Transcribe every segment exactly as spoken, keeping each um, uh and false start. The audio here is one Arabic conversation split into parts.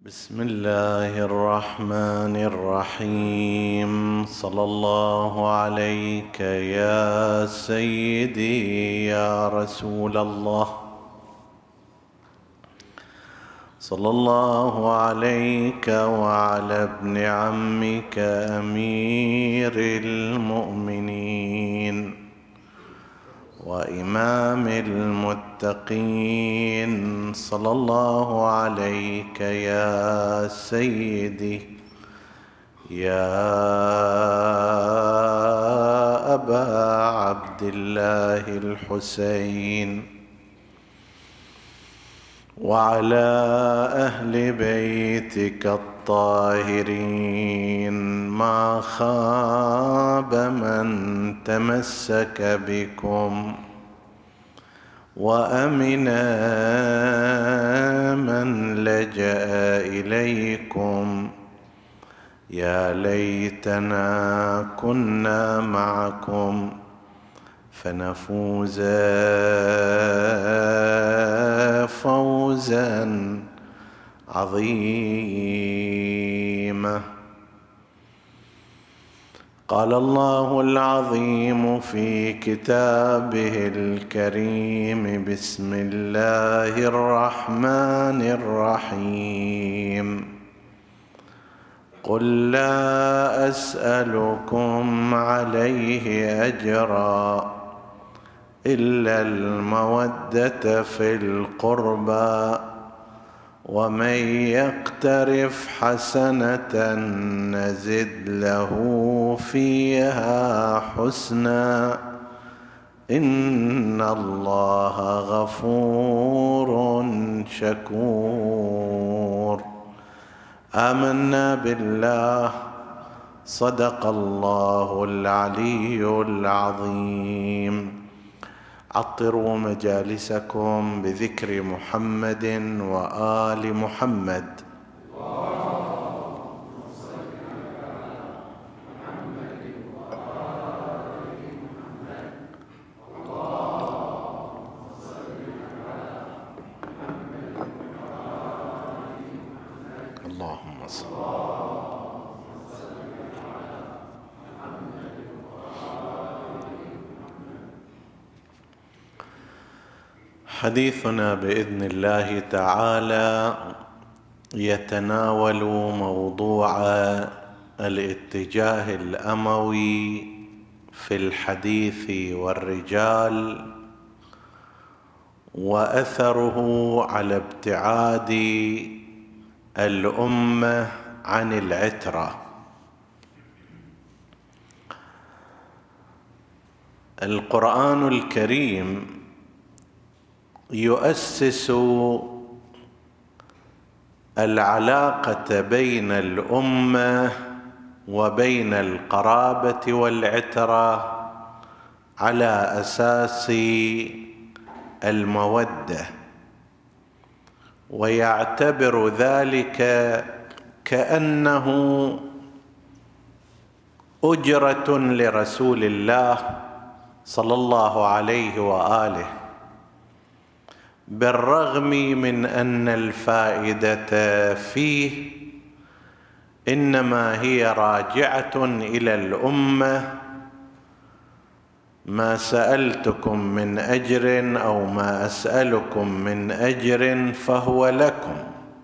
بسم الله الرحمن الرحيم. صلى الله عليك يا سيدي يا رسول الله. صلى الله عليك وعلى ابن عمك أمير المؤمنين وإمام المتقين. صلى الله عليك يا سيدي يا أبا عبد الله الحسين وعلى أهل بيتك الطاهرين. ما خاب من تمسك بكم وأمن من لجأ إليكم. يا ليتنا كنا معكم فنفوز فوزا عظيما. قال الله العظيم في كتابه الكريم: بسم الله الرحمن الرحيم. قل لا أسألكم عليه أجرا إلا المودة في القربى ومن يقترف حسنة نزد له فيها حسنا إن الله غفور شكور. آمنا بالله. صدق الله العلي العظيم. عطروا مجالسكم بذكر محمد وآل محمد. اللهم صل. حديثنا بإذن الله تعالى يتناول موضوع الاتجاه الأموي في الحديث والرجال وأثره على ابتعاد الأمة عن العترة. القرآن الكريم يؤسس العلاقة بين الأمة وبين القرابة والعترة على أساس المودة، ويعتبر ذلك كأنه أجرة لرسول الله صلى الله عليه وآله، بالرغم من أن الفائدة فيه إنما هي راجعة إلى الأمة. ما سألتكم من أجر أو ما أسألكم من أجر فهو لكم،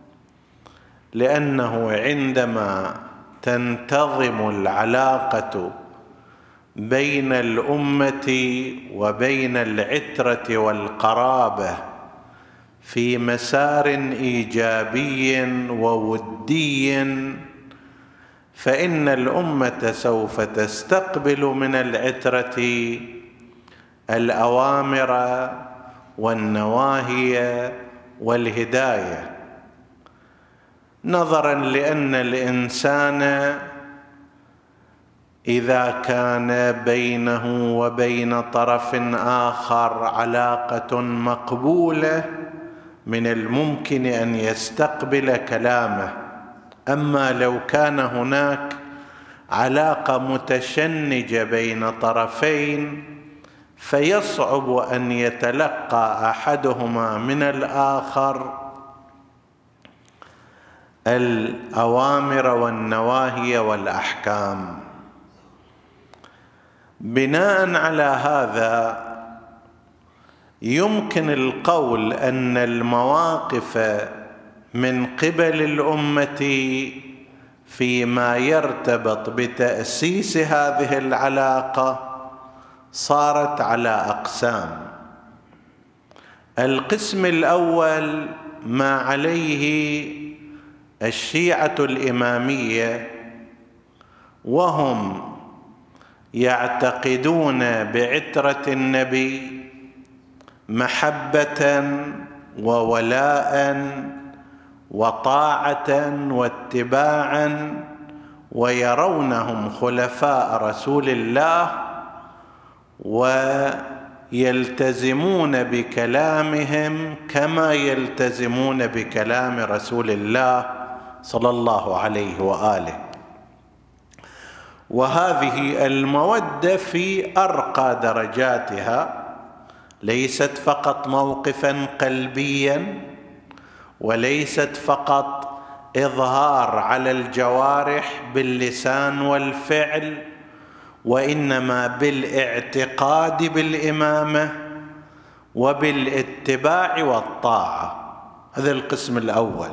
لأنه عندما تنتظم العلاقة بين الأمة وبين العترة والقرابة في مسار إيجابي وودي، فإن الأمة سوف تستقبل من العترة الأوامر والنواهي والهداية، نظرا لأن الإنسان إذا كان بينه وبين طرف آخر علاقة مقبولة من الممكن أن يستقبل كلامه. أما لو كان هناك علاقة متشنجة بين طرفين فيصعب أن يتلقى أحدهما من الآخر الأوامر والنواهي والأحكام. بناء على هذا يمكن القول أن المواقف من قبل الأمة فيما يرتبط بتأسيس هذه العلاقة صارت على أقسام. القسم الأول ما عليه الشيعة الإمامية، وهم يعتقدون بعترة النبي محبة وولاء وطاعة واتباعا، ويرونهم خلفاء رسول الله ويلتزمون بكلامهم كما يلتزمون بكلام رسول الله صلى الله عليه وآله. وهذه المودة في أرقى درجاتها، ليست فقط موقفا قلبيا، وليست فقط إظهار على الجوارح باللسان والفعل، وإنما بالاعتقاد بالإمامة وبالاتباع والطاعة. هذا القسم الأول.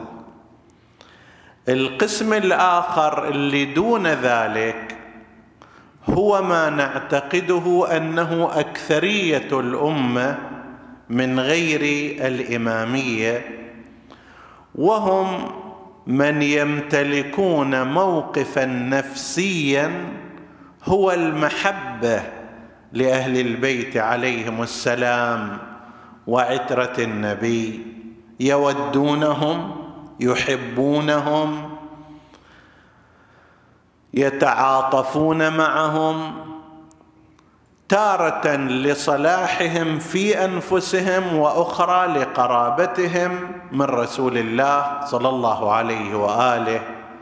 القسم الآخر اللي دون ذلك هو ما نعتقده أنه أكثرية الأمة من غير الإمامية، وهم من يمتلكون موقفا نفسيا هو المحبة لأهل البيت عليهم السلام وعترة النبي، يودونهم، يحبونهم، يتعاطفون معهم، تارة لصلاحهم في أنفسهم وأخرى لقرابتهم من رسول الله صلى الله عليه وآله.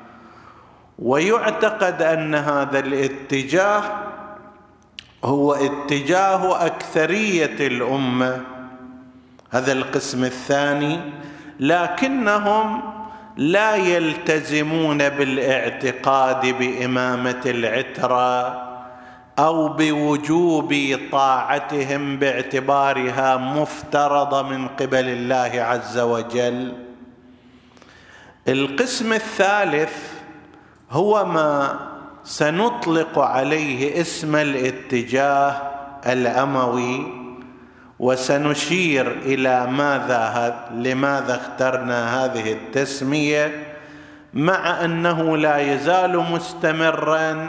ويعتقد أن هذا الاتجاه هو اتجاه أكثرية الأمة، هذا القسم الثاني، لكنهم لا يلتزمون بالاعتقاد بإمامة العترة أو بوجوب طاعتهم باعتبارها مفترضة من قبل الله عز وجل. القسم الثالث هو ما سنطلق عليه اسم الاتجاه الأموي، وسنشير إلى ماذا لماذا اخترنا هذه التسمية، مع أنه لا يزال مستمراً،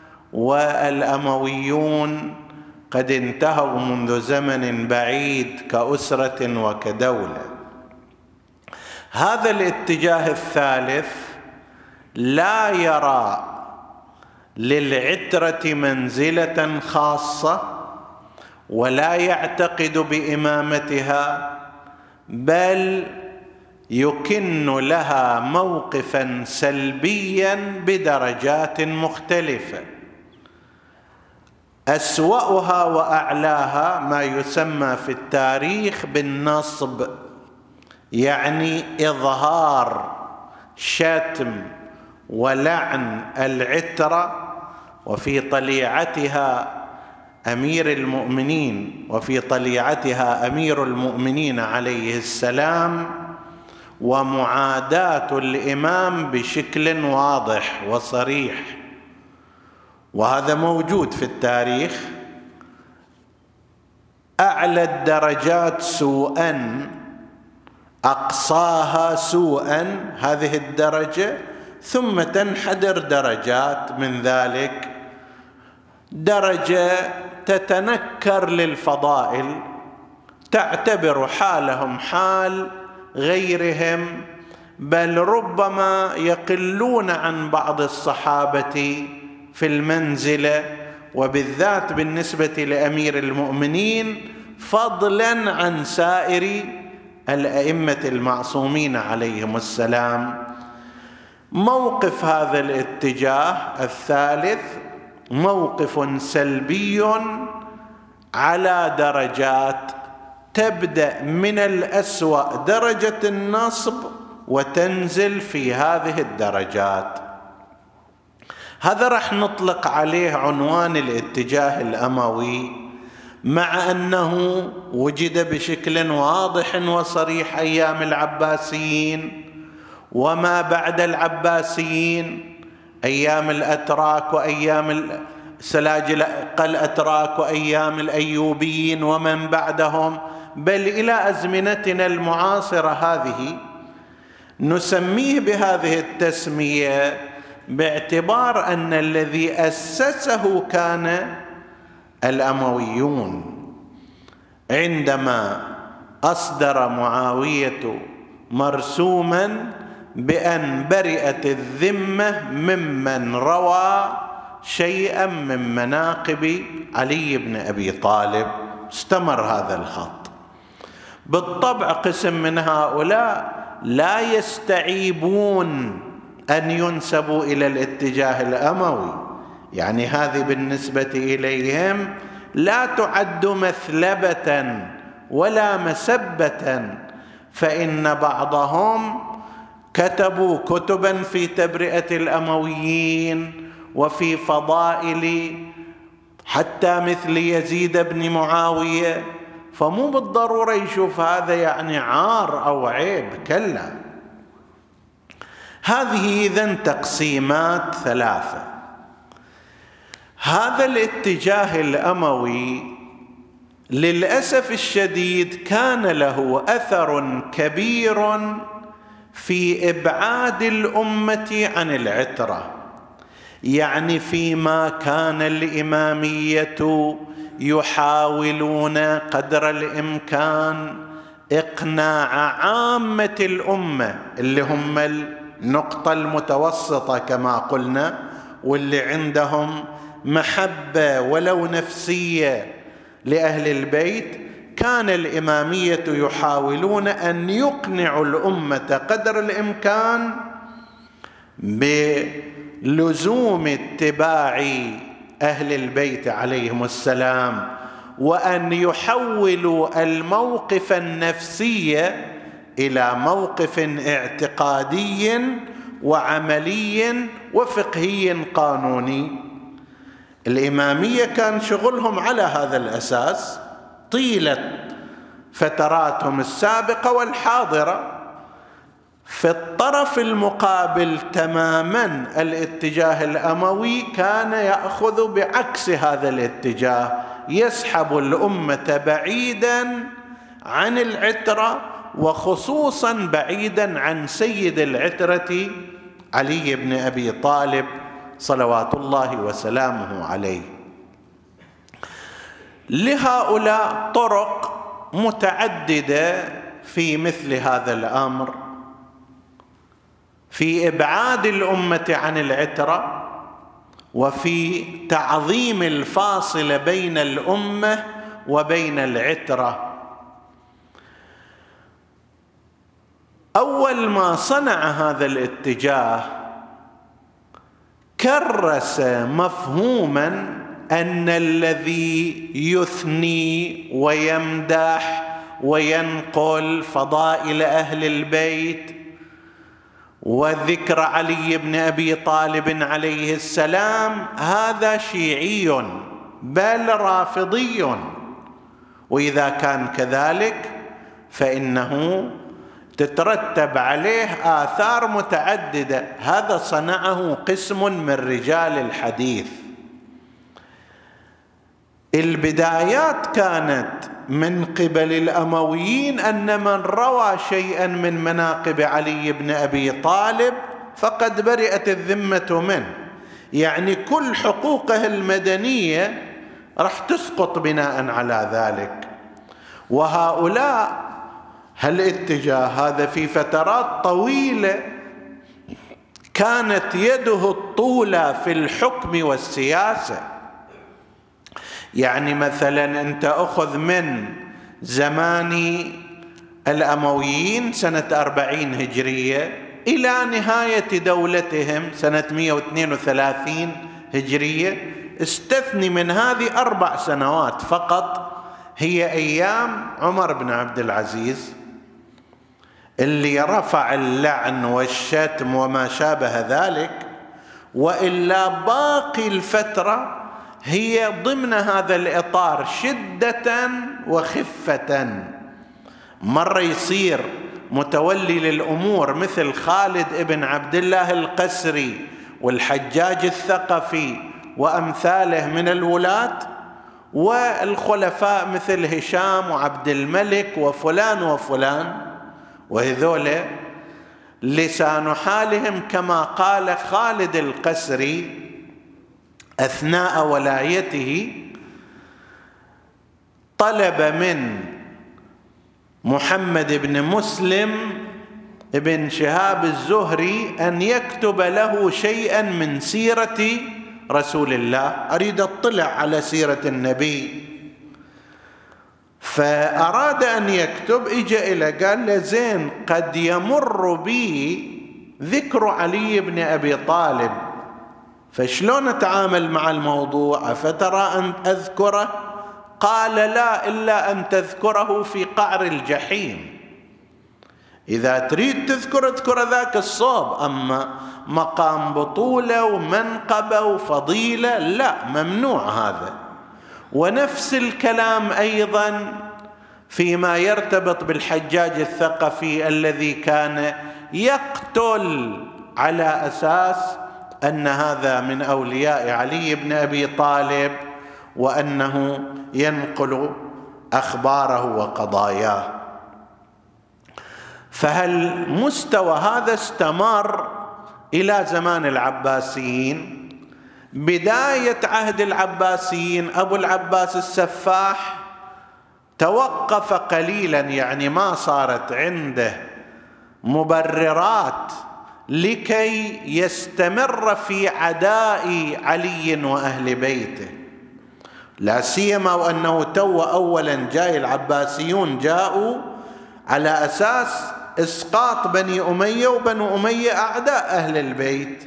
والأمويون قد انتهوا منذ زمن بعيد كأسرة وكدولة. هذا الاتجاه الثالث لا يرى للعترة منزلة خاصة، ولا يعتقد بإمامتها، بل يكن لها موقفا سلبيا بدرجات مختلفة. أسوأها وأعلاها ما يسمى في التاريخ بالنصب، يعني إظهار شتم ولعن العترة، وفي طليعتها أمير المؤمنين وفي طليعتها أمير المؤمنين عليه السلام، ومعاداة الإمام بشكل واضح وصريح. وهذا موجود في التاريخ. أعلى الدرجات سوءا، أقصاها سوءا هذه الدرجة، ثم تنحدر درجات من ذلك، درجة تتنكر للفضائل، تعتبر حالهم حال غيرهم، بل ربما يقلون عن بعض الصحابة في المنزلة، وبالذات بالنسبة لأمير المؤمنين، فضلا عن سائر الأئمة المعصومين عليهم السلام. موقف هذا الاتجاه الثالث موقف سلبي على درجات، تبدأ من الأسوأ درجة النصب وتنزل في هذه الدرجات. هذا رح نطلق عليه عنوان الاتجاه الأموي، مع أنه وجد بشكل واضح وصريح أيام العباسيين وما بعد العباسيين، أيام الأتراك وأيام سلاجقة الأتراك وأيام الأيوبيين ومن بعدهم، بل إلى أزمنتنا المعاصرة هذه. نسميه بهذه التسمية باعتبار أن الذي أسسه كان الأمويون، عندما أصدر معاوية مرسوما بأن برئت الذمة ممن روى شيئا من مناقب علي بن أبي طالب. استمر هذا الخط. بالطبع قسم من هؤلاء لا يستعيبون أن ينسبوا إلى الاتجاه الأموي، يعني هذه بالنسبة إليهم لا تعد مثلبة ولا مسبة، فإن بعضهم كتبوا كتبا في تبرئة الأمويين وفي فضائل حتى مثل يزيد بن معاوية، فمو بالضرورة يشوف هذا يعني عار أو عيب، كلا. هذه إذن تقسيمات ثلاثة. هذا الاتجاه الأموي للأسف الشديد كان له أثر كبير في إبعاد الأمة عن العترة، يعني فيما كان الإمامية يحاولون قدر الإمكان إقناع عامة الأمة اللي هم النقطة المتوسطة كما قلنا، واللي عندهم محبة ولو نفسية لأهل البيت، كان الإمامية يحاولون أن يقنعوا الأمة قدر الإمكان بلزوم اتباع أهل البيت عليهم السلام، وأن يحولوا الموقف النفسي إلى موقف اعتقادي وعملي وفقهي قانوني. الإمامية كان شغلهم على هذا الأساس طيلة فتراتهم السابقة والحاضرة. في الطرف المقابل تماما الاتجاه الأموي كان يأخذ بعكس هذا الاتجاه، يسحب الأمة بعيدا عن العترة، وخصوصا بعيدا عن سيد العترة علي بن أبي طالب صلوات الله وسلامه عليه. لهؤلاء طرق متعددة في مثل هذا الأمر، في إبعاد الأمة عن العترة، وفي تعظيم الفاصل بين الأمة وبين العترة. أول ما صنع هذا الاتجاه كرس مفهوما أن الذي يثني ويمدح وينقل فضائل أهل البيت وذكر علي بن أبي طالب عليه السلام هذا شيعي بل رافضي، وإذا كان كذلك فإنه تترتب عليه آثار متعددة. هذا صنعه قسم من رجال الحديث. البدايات كانت من قبل الأمويين أن من روى شيئا من مناقب علي بن أبي طالب فقد برئت الذمة منه، يعني كل حقوقه المدنية راح تسقط بناء على ذلك. وهؤلاء هالاتجاه هذا في فترات طويلة كانت يده الطولى في الحكم والسياسة. يعني مثلا أنت أخذ من زمان الأمويين سنة أربعين هجرية إلى نهاية دولتهم سنة مئة واثنين وثلاثين هجرية، استثني من هذه أربع سنوات فقط هي أيام عمر بن عبد العزيز. اللي رفع اللعن والشتم وما شابه ذلك، وإلا باقي الفترة هي ضمن هذا الإطار شدة وخفة. مرة يصير متولي للأمور مثل خالد ابن عبد الله القسري والحجاج الثقفي وأمثاله من الولاة، والخلفاء مثل هشام وعبد الملك وفلان وفلان، وهذول لسان حالهم كما قال خالد القسري أثناء ولايته: طلب من محمد بن مسلم بن شهاب الزهري أن يكتب له شيئا من سيرة رسول الله، أريد أطلع على سيرة النبي. فأراد أن يكتب، إجا إلى قال له: زين، قد يمر بي ذكر علي بن أبي طالب، فشلون أتعامل مع الموضوع؟ أفترى أن أذكره؟ قال: لا، إلا أن تذكره في قعر الجحيم. إذا تريد تذكر اذكر ذاك الصوب، أما مقام بطولة ومنقبة وفضيلة لا، ممنوع هذا. ونفس الكلام أيضا فيما يرتبط بالحجاج الثقفي الذي كان يقتل على أساس أن هذا من أولياء علي بن أبي طالب، وأنه ينقل أخباره وقضاياه. فهل مستوى هذا استمر إلى زمان العباسيين؟ بداية عهد العباسيين أبو العباس السفاح توقف قليلا، يعني ما صارت عنده مبررات لكي يستمر في عداء علي وأهل بيته، لا سيما وأنه تو أولا جاء العباسيون جاءوا على أساس إسقاط بني أمية، وبنو أمية أعداء أهل البيت.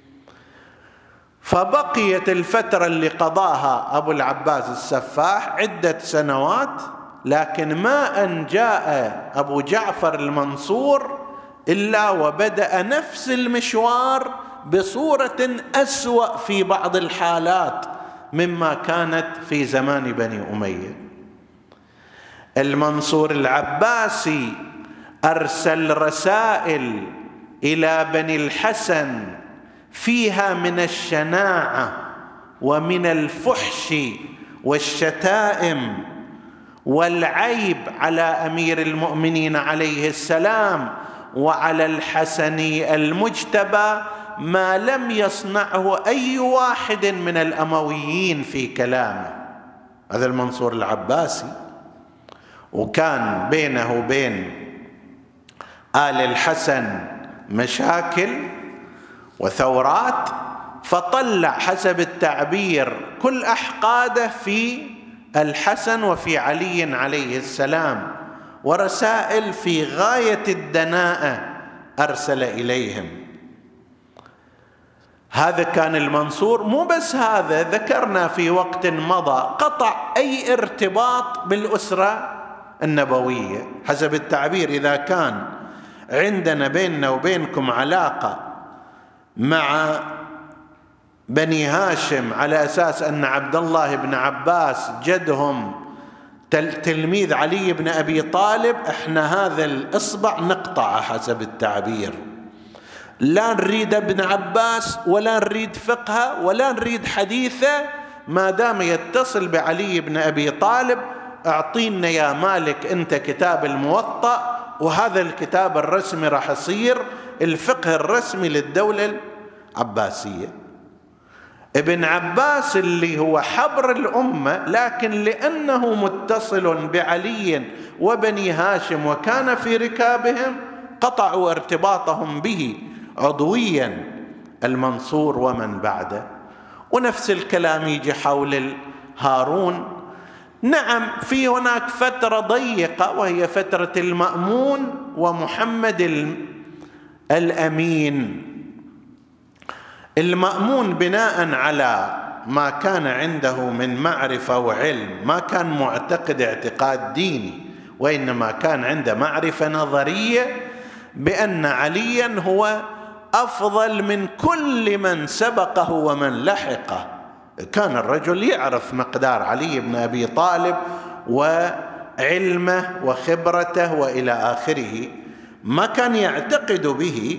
فبقيت الفترة اللي قضاها أبو العباس السفاح عدة سنوات، لكن ما أن جاء أبو جعفر المنصور إلا وبدأ نفس المشوار بصورة أسوأ في بعض الحالات مما كانت في زمان بني أمية. المنصور العباسي أرسل رسائل إلى بني الحسن فيها من الشناعة ومن الفحش والشتائم والعيب على أمير المؤمنين عليه السلام وعلى الحسن المجتبى ما لم يصنعه أي واحد من الأمويين في كلامه. هذا المنصور العباسي، وكان بينه وبين آل الحسن مشاكل وثورات، فطلع حسب التعبير كل أحقاده في الحسن وفي علي عليه السلام، ورسائل في غاية الدناءة أرسل إليهم. هذا كان المنصور. مو بس هذا، ذكرنا في وقت مضى قطع أي ارتباط بالأسرة النبوية. حسب التعبير إذا كان عندنا بيننا وبينكم علاقة مع بني هاشم على أساس أن عبد الله بن عباس جدهم تلميذ علي بن أبي طالب، احنا هذا الإصبع نقطعه حسب التعبير، لا نريد ابن عباس ولا نريد فقهه ولا نريد حديثه ما دام يتصل بعلي بن أبي طالب. اعطينا يا مالك انت كتاب الموطأ، وهذا الكتاب الرسمي راح يصير الفقه الرسمي للدولة العباسية. ابن عباس اللي هو حبر الأمة، لكن لأنه متصل بعلي وبني هاشم وكان في ركابهم قطعوا ارتباطهم به عضويا المنصور ومن بعده. ونفس الكلام يجي حول هارون. نعم، في هناك فترة ضيقة وهي فترة المأمون ومحمد الأمين. المأمون بناء على ما كان عنده من معرفة وعلم، ما كان معتقد اعتقاد ديني، وإنما كان عنده معرفة نظرية، بأن عليا هو أفضل من كل من سبقه ومن لحقه. كان الرجل يعرف مقدار علي بن أبي طالب وعلمه وخبرته وإلى آخره، ما كان يعتقد به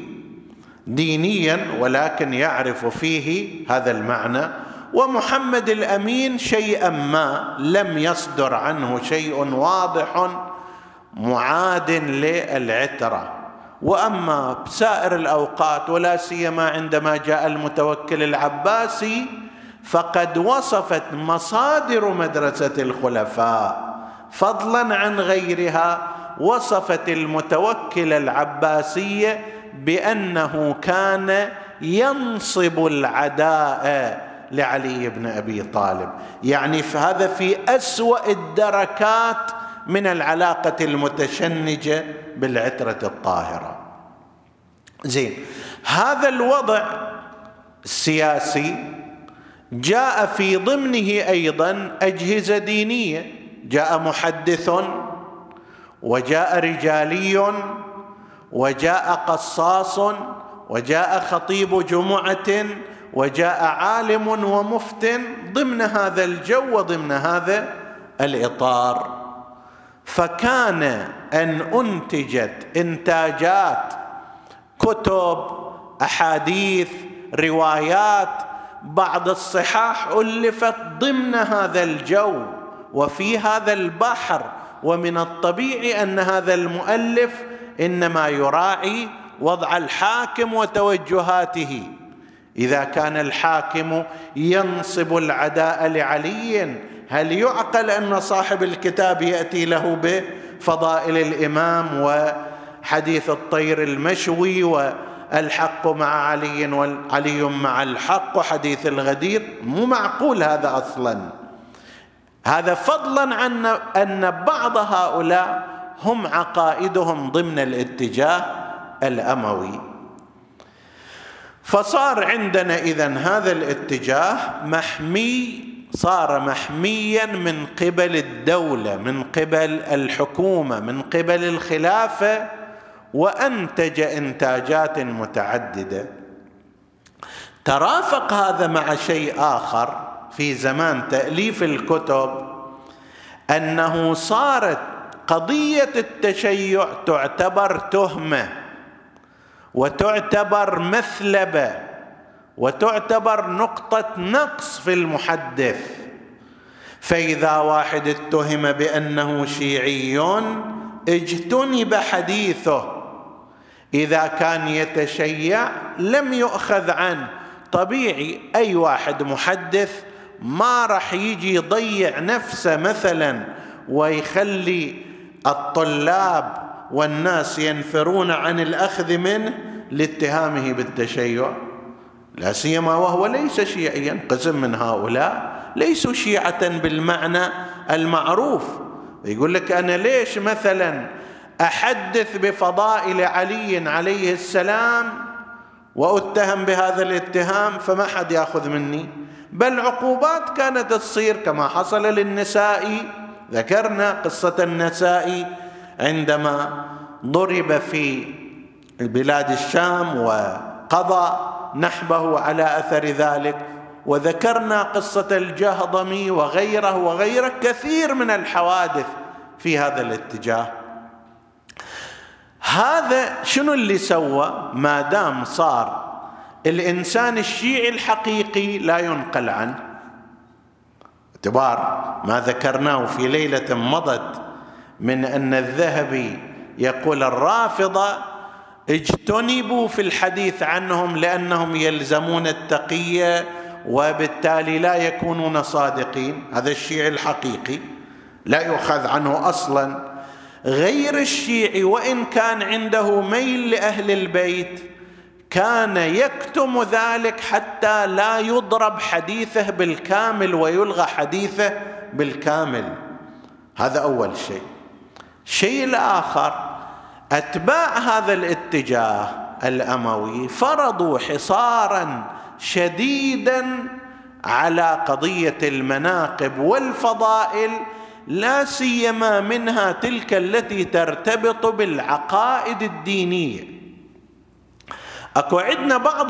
دينيا ولكن يعرف فيه هذا المعنى. ومحمد الأمين شيئا ما لم يصدر عنه شيء واضح معاد للعترة. وأما بسائر الأوقات ولا سيما عندما جاء المتوكل العباسي فقد وصفت مصادر مدرسة الخلفاء فضلا عن غيرها، وصفت المتوكل العباسي بأنه كان ينصب العداء لعلي بن أبي طالب، يعني هذا في أسوأ الدركات من العلاقة المتشنجة بالعترة الطاهرة. زين، هذا الوضع السياسي جاء في ضمنه أيضا أجهزة دينية، جاء محدث وجاء رجالي وجاء قصاص وجاء خطيب جمعة وجاء عالم ومفت ضمن هذا الجو وضمن هذا الإطار. فكان أن أنتجت إنتاجات كتب، أحاديث، روايات، بعض الصحاح ألفت ضمن هذا الجو وفي هذا البحر. ومن الطبيعي أن هذا المؤلف إنما يراعي وضع الحاكم وتوجهاته. إذا كان الحاكم ينصب العداء لعلي، هل يعقل أن صاحب الكتاب يأتي له بفضائل الإمام وحديث الطير المشوي والحق مع علي وعلي مع الحق وحديث الغدير؟ مو معقول هذا أصلا. هذا فضلا عن أن بعض هؤلاء هم عقائدهم ضمن الاتجاه الأموي. فصار عندنا إذن هذا الاتجاه محمي، صار محميا من قبل الدولة، من قبل الحكومة، من قبل الخلافة، وأنتج إنتاجات متعددة. ترافق هذا مع شيء آخر في زمان تأليف الكتب، أنه صارت قضية التشيع تعتبر تهمة وتعتبر مثلبة وتعتبر نقطة نقص في المحدث. فإذا واحد اتهم بأنه شيعي اجتنب حديثه، إذا كان يتشيع لم يؤخذ عنه. طبيعي أي واحد محدث ما رح يجي يضيع نفسه مثلا ويخلي الطلاب والناس ينفرون عن الأخذ منه لاتهامه بالتشيع، لا سيما وهو ليس شيعيا. قسم من هؤلاء ليسوا شيعة بالمعنى المعروف. يقول لك أنا ليش مثلا أحدث بفضائل علي عليه السلام وأتهم بهذا الاتهام فما حد يأخذ مني، بل عقوبات كانت تصير كما حصل للنسائي. ذكرنا قصة النسائي عندما ضرب في بلاد الشام وقضى نحبه على أثر ذلك، وذكرنا قصة الجهضمي وغيره وغيره، كثير من الحوادث في هذا الاتجاه. هذا شنو اللي سوى؟ ما دام صار الإنسان الشيعي الحقيقي لا ينقل عنه، اعتبار ما ذكرناه في ليلة مضت من أن الذهبي يقول الرافضة اجتنبوا في الحديث عنهم لأنهم يلزمون التقية وبالتالي لا يكونون صادقين. هذا الشيعي الحقيقي لا يؤخذ عنه أصلا. غير الشيعي وإن كان عنده ميل لأهل البيت كان يكتم ذلك حتى لا يضرب حديثه بالكامل ويلغى حديثه بالكامل. هذا أول شيء. الشيء الآخر، أتباع هذا الاتجاه الأموي فرضوا حصارا شديدا على قضية المناقب والفضائل لا سيما منها تلك التي ترتبط بالعقائد الدينية. أكو عندنا بعض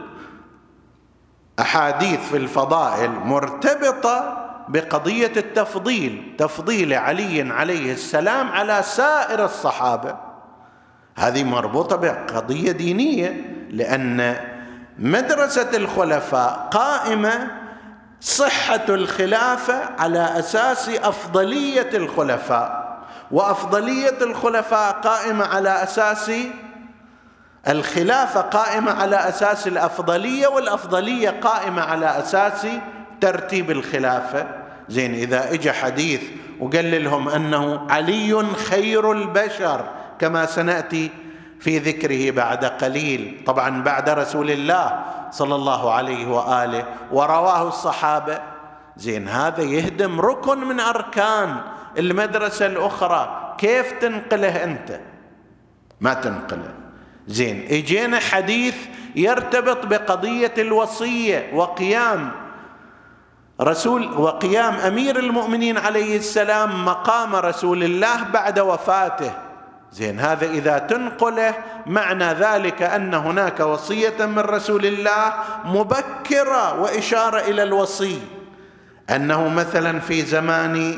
الأحاديث في الفضائل مرتبطة بقضية التفضيل، تفضيل علي عليه السلام على سائر الصحابة، هذه مربوطة بقضية دينية، لأن مدرسة الخلفاء قائمة صحة الخلافة على أساس أفضلية الخلفاء، وأفضلية الخلفاء قائمة على أساس الخلافة، قائمة على أساس الأفضلية، والأفضلية قائمة على أساس ترتيب الخلافة. زين، إذا إجا حديث وقال لهم أنه علي خير البشر كما سنأتي في ذكره بعد قليل، طبعا بعد رسول الله صلى الله عليه وآله، ورواه الصحابة، زين هذا يهدم ركن من أركان المدرسة الأخرى، كيف تنقله أنت؟ ما تنقله. زين، اجينا حديث يرتبط بقضية الوصية وقيام رسول وقيام أمير المؤمنين عليه السلام مقام رسول الله بعد وفاته، زين هذا إذا تنقله معنى ذلك أن هناك وصية من رسول الله مبكرة، وإشارة إلى الوصي أنه مثلا في زمان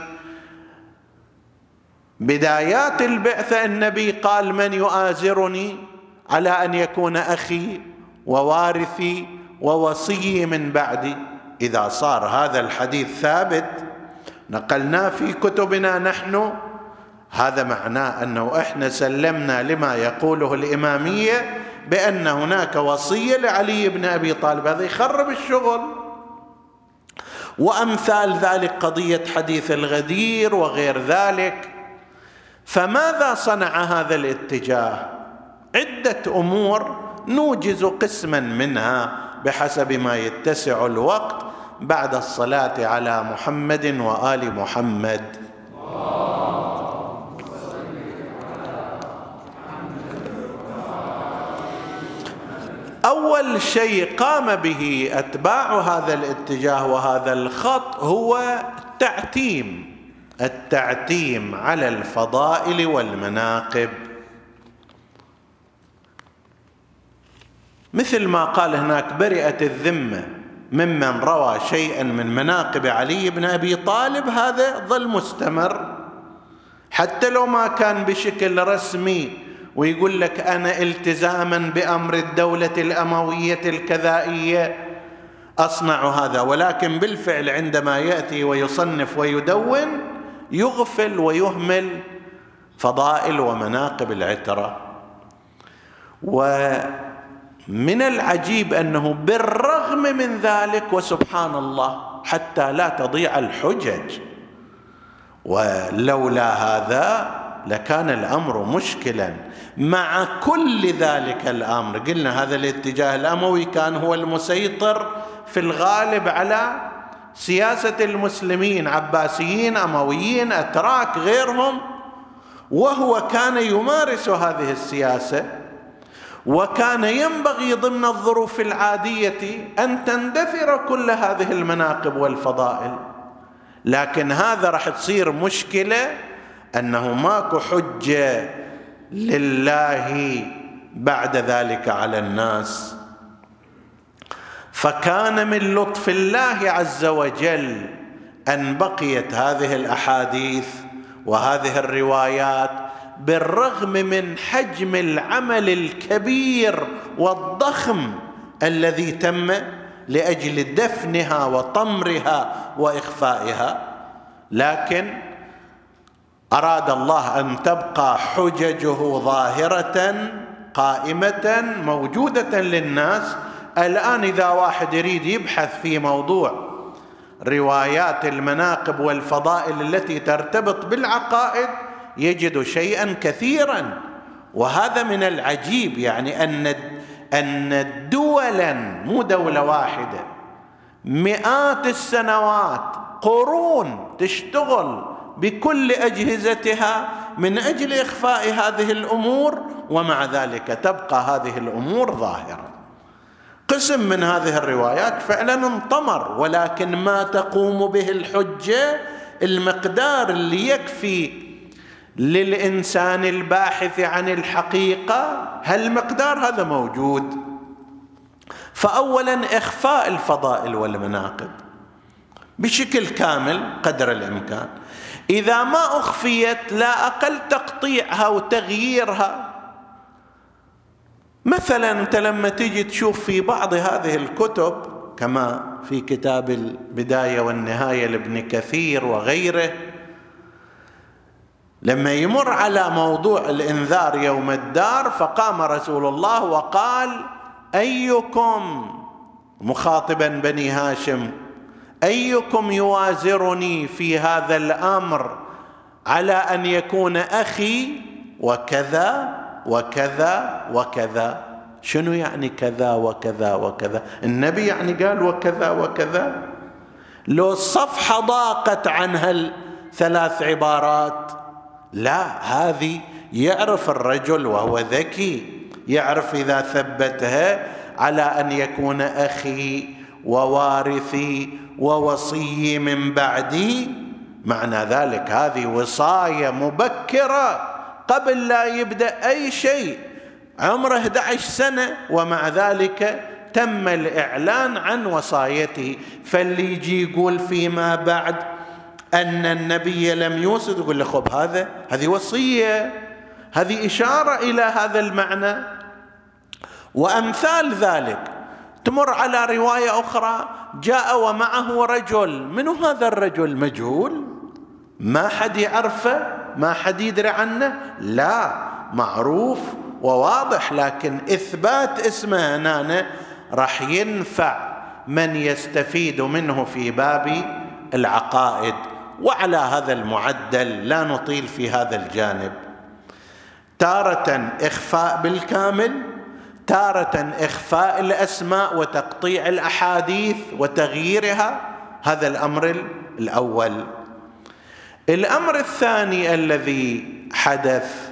بدايات البعثة النبي قال: من يؤازرني على أن يكون أخي ووارثي ووصي من بعدي. إذا صار هذا الحديث ثابت نقلناه في كتبنا نحن، هذا معناه أنه إحنا سلمنا لما يقوله الإمامية بأن هناك وصية لعلي بن أبي طالب، هذا يخرب الشغل. وأمثال ذلك قضية حديث الغدير وغير ذلك. فماذا صنع هذا الاتجاه؟ عدة أمور نوجز قسما منها بحسب ما يتسع الوقت بعد الصلاة على محمد وآل محمد. أول شيء قام به أتباع هذا الاتجاه وهذا الخط هو التعتيم، التعتيم على الفضائل والمناقب، مثل ما قال هناك: برئت الذمة ممن روى شيئا من مناقب علي بن أبي طالب، هذا ظل مستمر حتى لو ما كان بشكل رسمي، ويقول لك أنا التزاما بأمر الدولة الأموية الكذائية أصنع هذا، ولكن بالفعل عندما يأتي ويصنف ويدون يغفل ويهمل فضائل ومناقب العترة. ومن العجيب أنه بالرغم من ذلك، وسبحان الله، حتى لا تضيع الحجج، ولولا هذا لكان الأمر مشكلا. مع كل ذلك الأمر قلنا هذا الاتجاه الأموي كان هو المسيطر في الغالب على سياسة المسلمين، عباسيين، أمويين، أتراك، غيرهم، وهو كان يمارس هذه السياسة، وكان ينبغي ضمن الظروف العادية أن تندثر كل هذه المناقب والفضائل. لكن هذا راح تصير مشكلة، أنه ماكو حجة لله بعد ذلك على الناس. فكان من لطف الله عز وجل أن بقيت هذه الأحاديث وهذه الروايات بالرغم من حجم العمل الكبير والضخم الذي تم لأجل دفنها وطمرها وإخفائها، لكن أراد الله أن تبقى حججه ظاهرة قائمة موجودة للناس. الآن إذا واحد يريد يبحث في موضوع روايات المناقب والفضائل التي ترتبط بالعقائد يجد شيئا كثيرا. وهذا من العجيب، يعني أن أن دولا، مو دولة واحدة، مئات السنوات، قرون تشتغل بكل أجهزتها من أجل إخفاء هذه الأمور، ومع ذلك تبقى هذه الأمور ظاهرة. قسم من هذه الروايات فعلا انطمر، ولكن ما تقوم به الحجة المقدار اللي يكفي للإنسان الباحث عن الحقيقة، هالمقدار هذا موجود. فأولا إخفاء الفضائل والمناقب بشكل كامل قدر الإمكان. إذا ما أخفيت لا أقل تقطيعها وتغييرها. مثلا أنت لما تيجي تشوف في بعض هذه الكتب كما في كتاب البداية والنهاية لابن كثير وغيره، لما يمر على موضوع الإنذار يوم الدار فقام رسول الله وقال: أيكم، مخاطبا بني هاشم، أيكم يوازرني في هذا الأمر على أن يكون أخي وكذا وكذا وكذا. شنو يعني كذا وكذا وكذا؟ النبي يعني قال وكذا وكذا؟ لو الصفحة ضاقت عن هالثلاث عبارات، لا، هذه يعرف الرجل وهو ذكي، يعرف إذا ثبتها على أن يكون أخي ووارثي ووصي من بعدي، معنى ذلك هذه وصاية مبكرة قبل لا يبدأ أي شيء، عمره أحد عشر سنة ومع ذلك تم الإعلان عن وصايته. فاللي يجي يقول فيما بعد أن النبي لم يوصي، يقول له خب هذا هذه وصية، هذه إشارة إلى هذا المعنى. وأمثال ذلك تمر على رواية أخرى: جاء ومعه رجل. من هذا الرجل؟ مجهول، ما حد يعرفه، ما حد يدري عنه، لا، معروف وواضح، لكن إثبات اسمه هنا راح ينفع من يستفيد منه في باب العقائد. وعلى هذا المعدل لا نطيل في هذا الجانب. تارة إخفاء بالكامل، تارة إخفاء الأسماء وتقطيع الأحاديث وتغييرها. هذا الأمر الأول. الأمر الثاني الذي حدث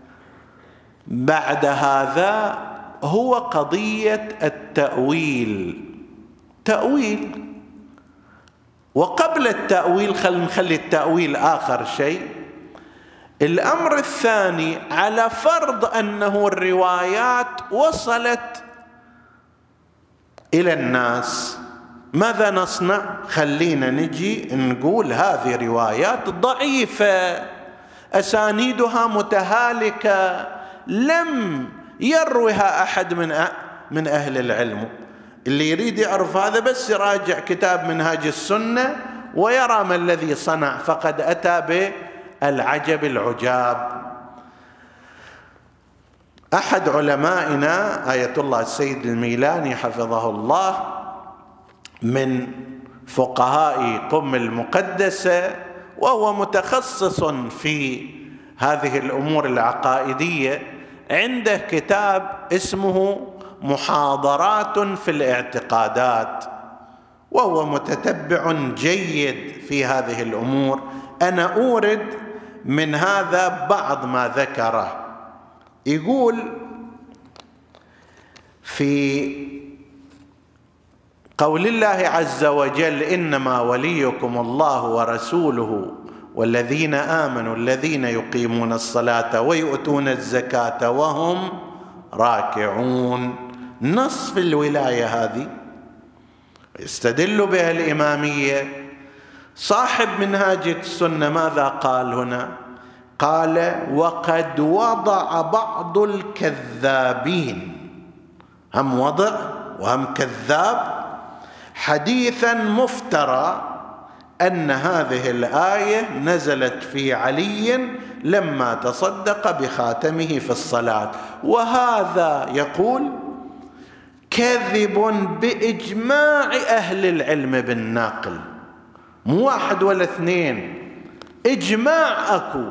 بعد هذا هو قضية التأويل. تأويل، وقبل التأويل خلينا نخلي التأويل آخر شيء. الأمر الثاني، على فرض أنه الروايات وصلت إلى الناس، ماذا نصنع؟ خلينا نجي نقول هذه روايات ضعيفة، أسانيدها متهالكة، لم يروها أحد من من أهل العلم. اللي يريد يعرف هذا بس يراجع كتاب منهاج السنة ويرى ما الذي صنع، فقد أتى بالعجب العجاب. أحد علمائنا آية الله السيد الميلاني حفظه الله، من فقهاء قم المقدسة، وهو متخصص في هذه الأمور العقائدية، عنده كتاب اسمه محاضرات في الاعتقادات، وهو متتبع جيد في هذه الأمور. أنا أورد من هذا بعض ما ذكره. يقول في قول الله عز وجل: إنما وليكم الله ورسوله والذين آمنوا الذين يقيمون الصلاة ويؤتون الزكاة وهم راكعون. نصف الولاية هذه يستدل بها الإمامية. صاحب منهاج السنة ماذا قال هنا؟ قال: وقد وضع بعض الكذابين، هم وضع وهم كذاب، حديثا مفترى أن هذه الآية نزلت في علي لما تصدق بخاتمه في الصلاة، وهذا يقول كذب بإجماع أهل العلم بالناقل، مو واحد ولا اثنين، إجماع أكو.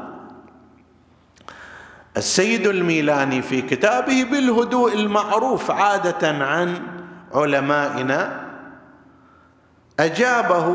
السيد الميلاني في كتابه بالهدوء المعروف عادة عن علمائنا أجابه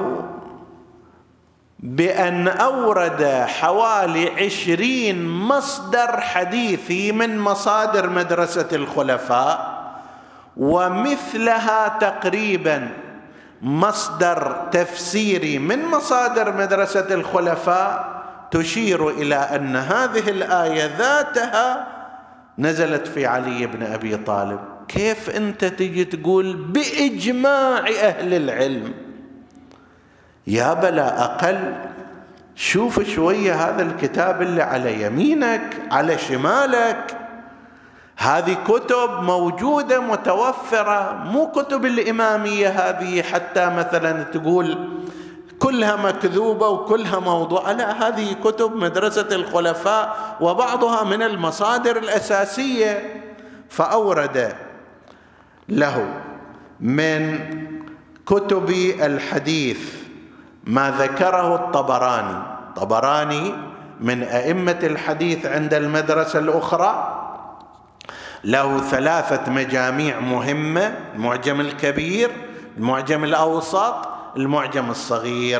بأن أورد حوالي عشرين مصدر حديثي من مصادر مدرسة الخلفاء، ومثلها تقريبا مصدر تفسيري من مصادر مدرسة الخلفاء تشير إلى أن هذه الآية ذاتها نزلت في علي بن أبي طالب. كيف أنت تجي تقول بإجماع أهل العلم؟ يا بلا أقل شوف شوية هذا الكتاب اللي على يمينك على شمالك، هذه كتب موجودة متوفرة، مو كتب الإمامية هذه حتى مثلا تقول كلها مكذوبة وكلها موضوعة، لا، هذه كتب مدرسة الخلفاء وبعضها من المصادر الأساسية. فأورد له من كتب الحديث ما ذكره الطبراني. طبراني من أئمة الحديث عند المدرسة الأخرى، له ثلاثة مجاميع مهمة: المعجم الكبير، المعجم الأوسط، المعجم الصغير.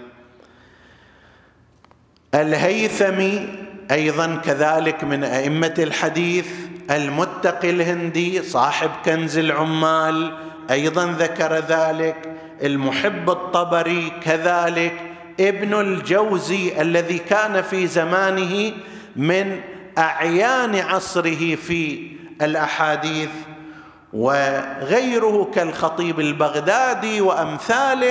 الهيثمي أيضا كذلك من أئمة الحديث. المتقي الهندي صاحب كنز العمال أيضا ذكر ذلك. المحب الطبري كذلك. ابن الجوزي الذي كان في زمانه من أعيان عصره في الأحاديث، وغيره كالخطيب البغدادي وأمثاله،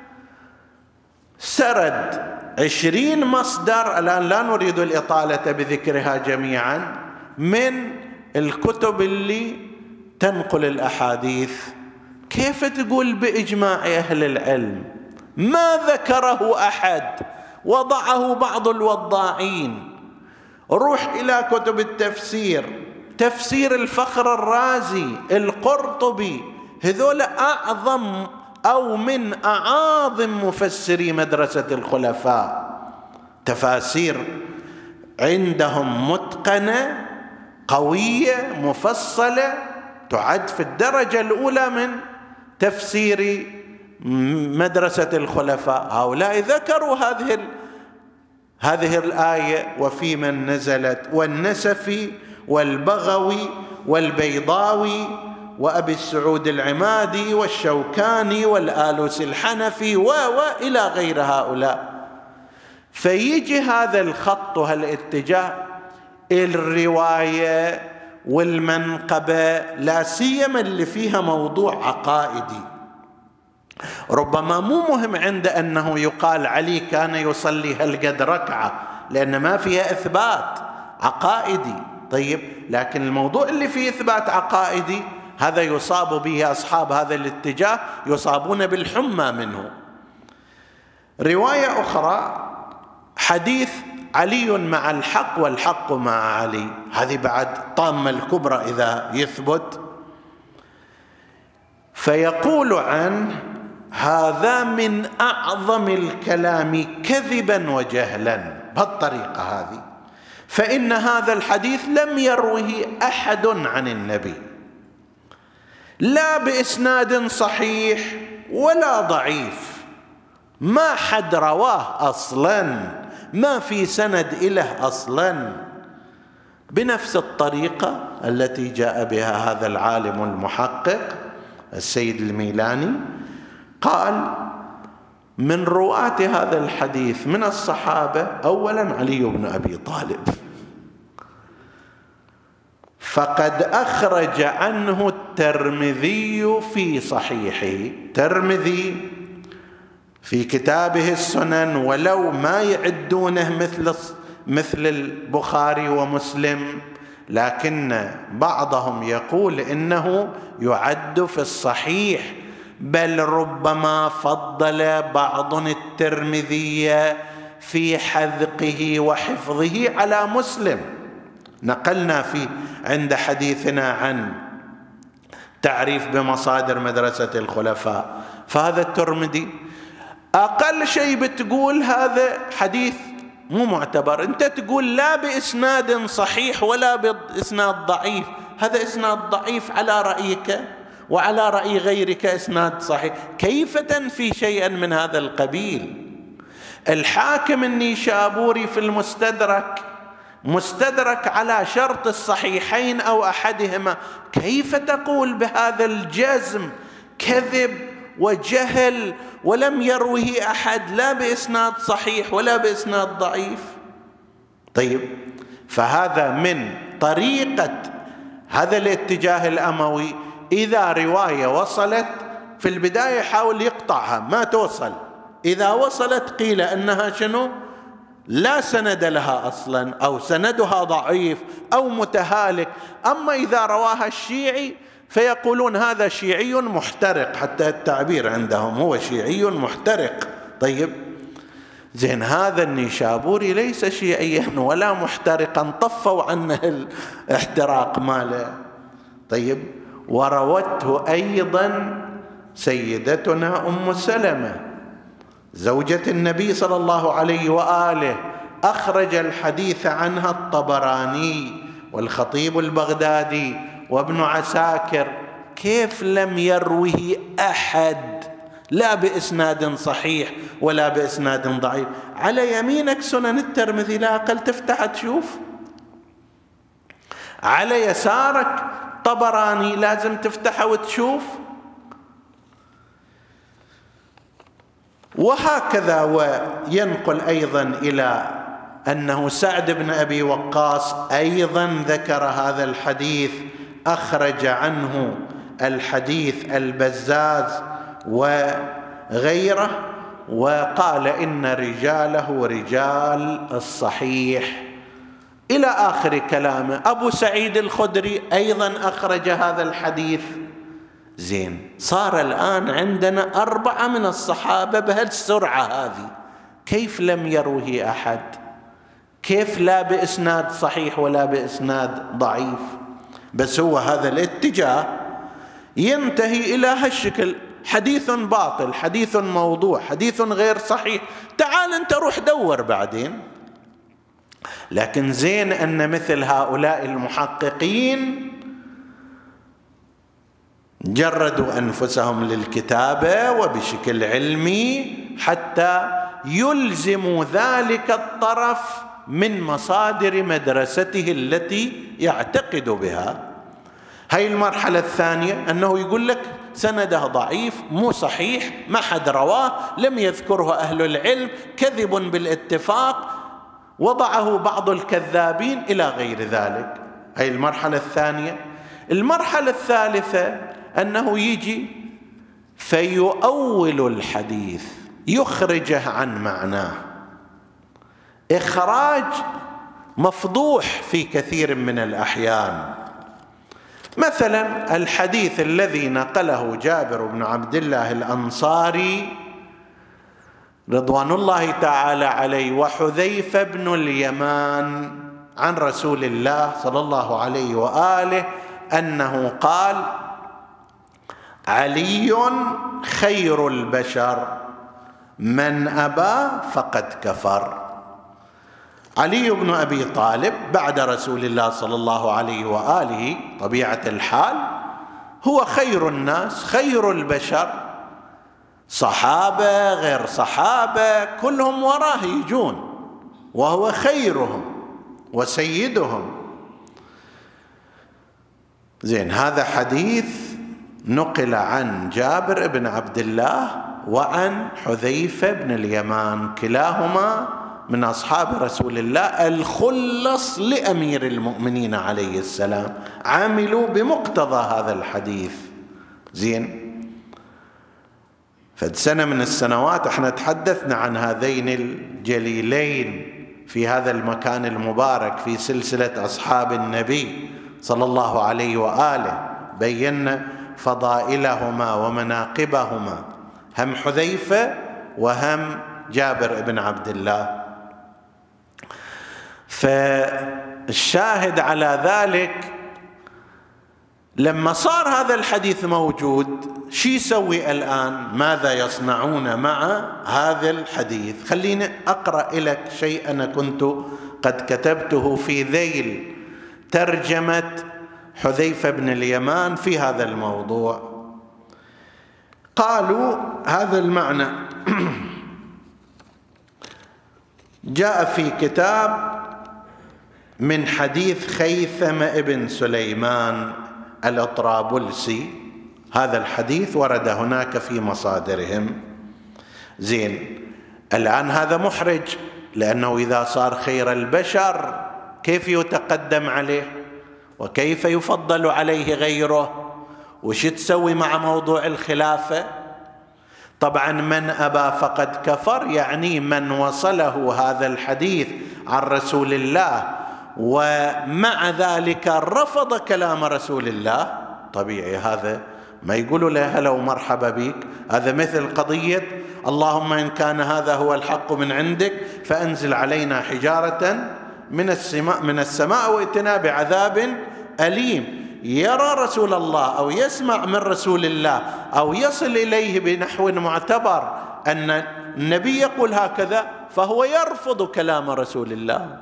سرد عشرين مصدر، الآن لا نريد الإطالة بذكرها جميعا، من الكتب اللي تنقل الأحاديث. كيف تقول بإجماع أهل العلم؟ ما ذكره أحد، وضعه بعض الوضاعين. روح إلى كتب التفسير، تفسير الفخر الرازي، القرطبي، هذول أعظم أو من أعاظم مفسري مدرسة الخلفاء. تفاسير عندهم متقنة قوية مفصلة، تعد في الدرجة الأولى من تفسير مدرسة الخلفاء. هؤلاء ذكروا هذه هذه الآية وفي من نزلت، والنسفي والبغوي والبيضاوي وأبي السعود العمادي والشوكاني والآلوسي الحنفي وإلى غير هؤلاء. فيجي هذا الخط وهالاتجاه، الرواية والمنقبة لا سيما اللي فيها موضوع عقائدي، ربما مو مهم عنده أنه يقال علي كان يصلي هالقد ركعة، لأن ما فيها إثبات عقائدي. طيب، لكن الموضوع اللي فيه إثبات عقائدي هذا يصاب به أصحاب هذا الاتجاه، يصابون بالحمى منه. رواية أخرى حديث علي مع الحق والحق مع علي، هذه بعد طامة الكبرى إذا يثبت. فيقول عنه: هذا من أعظم الكلام كذبا وجهلا، بهالطريقة هذه، فإن هذا الحديث لم يروه أحد عن النبي، لا بإسناد صحيح ولا ضعيف، ما حد رواه أصلا، ما في سند إله أصلا، بنفس الطريقة التي جاء بها هذا العالم المحقق السيد الميلاني. قال: من رواة هذا الحديث من الصحابة أولا علي بن أبي طالب، فقد أخرج عنه الترمذي في صحيحه. الترمذي في كتابه السنن، ولو ما يعدونه مثل مثل البخاري ومسلم، لكن بعضهم يقول إنه يعد في الصحيح، بل ربما فضل بعض الترمذي في حذقه وحفظه على مسلم. نقلنا في عند حديثنا عن تعريف بمصادر مدرسة الخلفاء، فهذا الترمذي أقل شيء بتقول هذا حديث مو معتبر، أنت تقول لا بإسناد صحيح ولا بإسناد ضعيف، هذا إسناد ضعيف على رأيك وعلى رأي غيرك إسناد صحيح، كيف تنفي شيئا من هذا القبيل؟ الحاكم النيشابوري في المستدرك مستدرك على شرط الصحيحين أو أحدهما، كيف تقول بهذا الجزم كذب وجهل ولم يروه أحد لا بإسناد صحيح ولا بإسناد ضعيف. طيب، فهذا من طريقة هذا الاتجاه الأموي، إذا رواية وصلت في البداية يحاول يقطعها ما توصل، إذا وصلت قيل أنها شنو؟ لا سند لها أصلا، أو سندها ضعيف أو متهالك. أما إذا رواها الشيعي فيقولون هذا شيعي محترق، حتى التعبير عندهم هو شيعي محترق. طيب زين، هذا النيشابوري ليس شيعيا ولا محترقا، طفوا عنه الاحتراق ماله. طيب، وروته أيضا سيدتنا أم سلمة زوجة النبي صلى الله عليه وآله، أخرج الحديث عنها الطبراني والخطيب البغدادي وابن عساكر. كيف لم يروه أحد لا بإسناد صحيح ولا بإسناد ضعيف؟ على يمينك سنن الترمذي، لا أقل تفتح تشوف، على يسارك طبراني لازم تفتحه وتشوف. وهكذا. وينقل أيضا إلى أنه سعد بن أبي وقاص أيضا ذكر هذا الحديث، أخرج عنه الحديث البزاز وغيره، وقال إن رجاله رجال الصحيح إلى آخر كلامه. أبو سعيد الخدري أيضا أخرج هذا الحديث. زين، صار الآن عندنا أربعة من الصحابة بهالسرعة هذه، كيف لم يروه أحد؟ كيف لا بإسناد صحيح ولا بإسناد ضعيف؟ بس هو هذا الاتجاه ينتهي إلى هالشكل، حديث باطل، حديث موضوع، حديث غير صحيح، تعال أنت روح دور بعدين. لكن زين أن مثل هؤلاء المحققين جردوا أنفسهم للكتابة وبشكل علمي حتى يلزموا ذلك الطرف من مصادر مدرسته التي يعتقد بها. هاي المرحلة الثانية، أنه يقول لك سنده ضعيف، مو صحيح، ما حد رواه، لم يذكره أهل العلم، كذب بالاتفاق، وضعه بعض الكذابين إلى غير ذلك. هاي المرحلة الثانية. المرحلة الثالثة أنه يجي فيؤول الحديث، يخرجه عن معناه، إخراج مفضوح في كثير من الأحيان. مثلا الحديث الذي نقله جابر بن عبد الله الأنصاري رضوان الله تعالى عليه وحذيفة بن اليمان عن رسول الله صلى الله عليه وآله أنه قال: علي خير البشر، من أبى فقد كفر. علي بن أبي طالب بعد رسول الله صلى الله عليه وآله طبيعة الحال هو خير الناس، خير البشر، صحابة غير صحابة كلهم وراه يجون، وهو خيرهم وسيدهم. زين، هذا حديث نقل عن جابر بن عبد الله وعن حذيفة بن اليمان، كلاهما من أصحاب رسول الله الخلص لأمير المؤمنين عليه السلام، عملوا بمقتضى هذا الحديث. زين، فد سنة من السنوات احنا تحدثنا عن هذين الجليلين في هذا المكان المبارك في سلسلة أصحاب النبي صلى الله عليه وآله، بينا فضائلهما ومناقبهما، هم حذيفة وهم جابر بن عبد الله. فالشاهد على ذلك لما صار هذا الحديث موجود، شو يسوي الآن؟ ماذا يصنعون مع هذا الحديث؟ خليني أقرأ لك شيء أنا كنت قد كتبته في ذيل ترجمة حذيفة بن اليمان في هذا الموضوع. قالوا هذا المعنى جاء في كتاب من حديث خيثم ابن سليمان الأطرابلسي هذا الحديث ورد هناك في مصادرهم. زين، الآن هذا محرج، لأنه إذا صار خير البشر كيف يتقدم عليه وكيف يفضل عليه غيره؟ وش تسوي مع موضوع الخلافة؟ طبعا من أبى فقد كفر، يعني من وصله هذا الحديث عن رسول الله ومع ذلك رفض كلام رسول الله، طبيعي هذا ما يقولوا له هلا ومرحبا بك. هذا مثل قضية اللهم إن كان هذا هو الحق من عندك فأنزل علينا حجارة من السماء من السماء وائتنا بعذاب أليم. يرى رسول الله أو يسمع من رسول الله أو يصل إليه بنحو معتبر أن النبي يقول هكذا، فهو يرفض كلام رسول الله.